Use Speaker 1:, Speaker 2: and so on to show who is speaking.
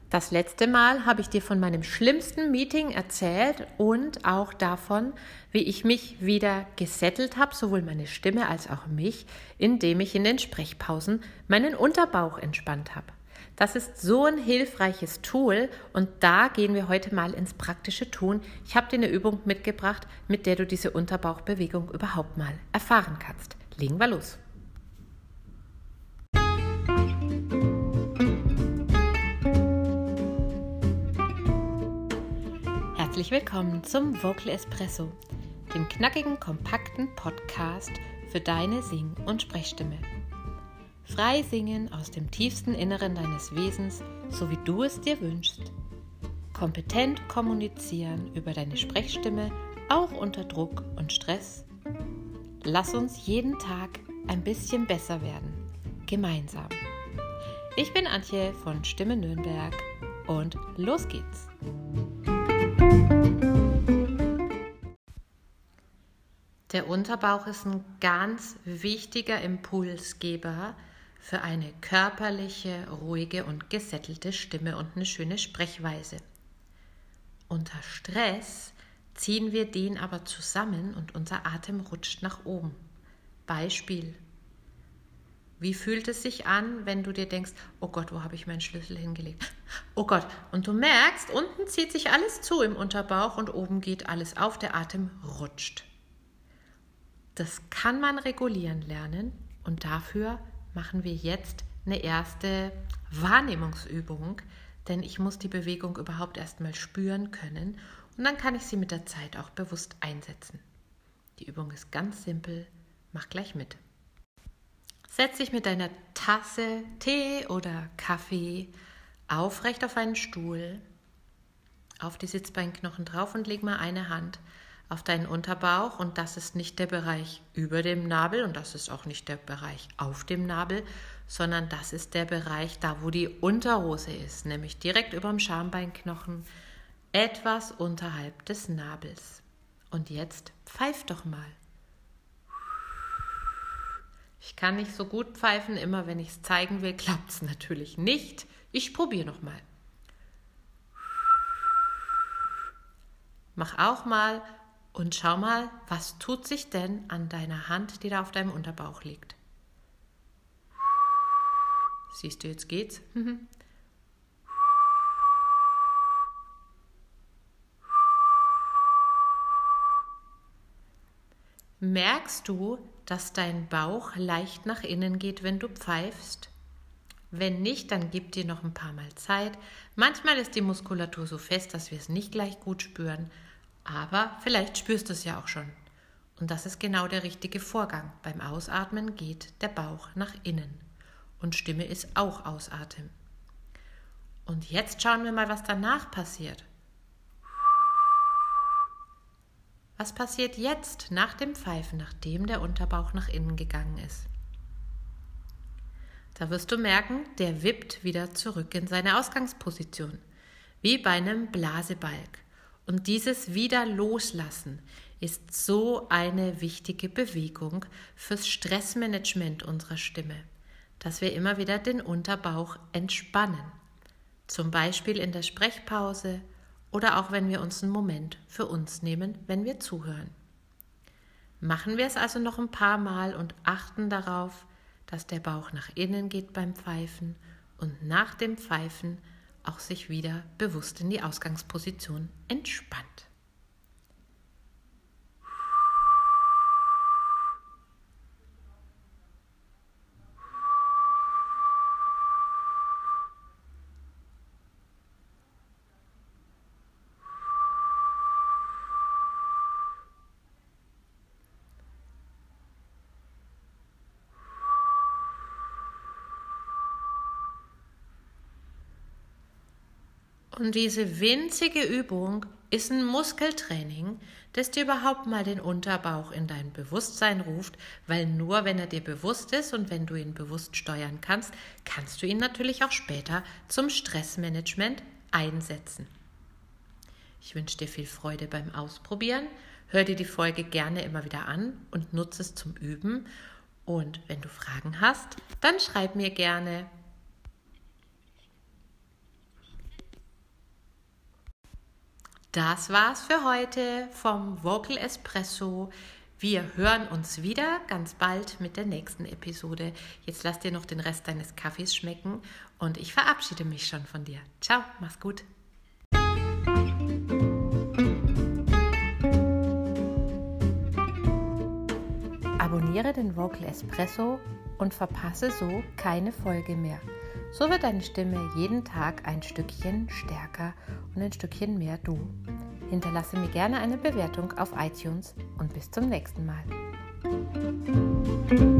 Speaker 1: Das letzte Mal habe ich dir von meinem schlimmsten Meeting erzählt und auch davon, wie ich mich wieder gesettelt habe, sowohl meine Stimme als auch mich, indem ich in den Sprechpausen meinen Unterbauch entspannt habe. Das ist so ein hilfreiches Tool und da gehen wir heute mal ins praktische Tun. Ich habe dir eine Übung mitgebracht, mit der du diese Unterbauchbewegung überhaupt mal erfahren kannst. Legen wir los. Herzlich willkommen zum Vocal Espresso, dem knackigen, kompakten Podcast für deine Sing- und Sprechstimme. Frei singen aus dem tiefsten Inneren deines Wesens, so wie du es dir wünschst. Kompetent kommunizieren über deine Sprechstimme, auch unter Druck und Stress. Lass uns jeden Tag ein bisschen besser werden, gemeinsam. Ich bin Antje von Stimme Nürnberg und los geht's! Der Unterbauch ist ein ganz wichtiger Impulsgeber für eine körperliche, ruhige und gesättelte Stimme und eine schöne Sprechweise. Unter Stress ziehen wir den aber zusammen und unser Atem rutscht nach oben. Beispiel: Wie fühlt es sich an, wenn du dir denkst, oh Gott, wo habe ich meinen Schlüssel hingelegt? Oh Gott, und du merkst, unten zieht sich alles zu im Unterbauch und oben geht alles auf, der Atem rutscht. Das kann man regulieren lernen und dafür machen wir jetzt eine erste Wahrnehmungsübung, denn ich muss die Bewegung überhaupt erstmal spüren können und dann kann ich sie mit der Zeit auch bewusst einsetzen. Die Übung ist ganz simpel, mach gleich mit. Setz dich mit deiner Tasse Tee oder Kaffee aufrecht auf einen Stuhl, auf die Sitzbeinknochen drauf und leg mal eine Hand auf deinen Unterbauch und das ist nicht der Bereich über dem Nabel und das ist auch nicht der Bereich auf dem Nabel, sondern das ist der Bereich da, wo die Unterhose ist, nämlich direkt über dem Schambeinknochen, etwas unterhalb des Nabels. Und jetzt pfeif doch mal. Ich kann nicht so gut pfeifen, immer wenn ich es zeigen will, klappt es natürlich nicht. Ich probiere noch mal. Mach auch mal und schau mal, was tut sich denn an deiner Hand, die da auf deinem Unterbauch liegt. Siehst du, jetzt geht's. Merkst du, dass dein Bauch leicht nach innen geht, wenn du pfeifst? Wenn nicht, dann gib dir noch ein paar Mal Zeit. Manchmal ist die Muskulatur so fest, dass wir es nicht gleich gut spüren, aber vielleicht spürst du es ja auch schon. Und das ist genau der richtige Vorgang. Beim Ausatmen geht der Bauch nach innen und Stimme ist auch Ausatmen. Und jetzt schauen wir mal, was danach passiert. Was passiert jetzt nach dem Pfeifen, nachdem der Unterbauch nach innen gegangen ist? Da wirst du merken, der wippt wieder zurück in seine Ausgangsposition, wie bei einem Blasebalg. Und dieses wieder loslassen ist so eine wichtige Bewegung fürs Stressmanagement unserer Stimme, dass wir immer wieder den Unterbauch entspannen. Zum Beispiel in der Sprechpause oder auch wenn wir uns einen Moment für uns nehmen, wenn wir zuhören. Machen wir es also noch ein paar Mal und achten darauf, dass der Bauch nach innen geht beim Pfeifen und nach dem Pfeifen auch sich wieder bewusst in die Ausgangsposition entspannt. Und diese winzige Übung ist ein Muskeltraining, das dir überhaupt mal den Unterbauch in dein Bewusstsein ruft, weil nur wenn er dir bewusst ist und wenn du ihn bewusst steuern kannst, kannst du ihn natürlich auch später zum Stressmanagement einsetzen. Ich wünsche dir viel Freude beim Ausprobieren. Hör dir die Folge gerne immer wieder an und nutze es zum Üben. Und wenn du Fragen hast, dann schreib mir gerne. Das war's für heute vom Vocal Espresso. Wir hören uns wieder ganz bald mit der nächsten Episode. Jetzt lass dir noch den Rest deines Kaffees schmecken und ich verabschiede mich schon von dir. Ciao, mach's gut. Abonniere den Vocal Espresso und verpasse so keine Folge mehr. So wird deine Stimme jeden Tag ein Stückchen stärker und ein Stückchen mehr du. Hinterlasse mir gerne eine Bewertung auf iTunes und bis zum nächsten Mal.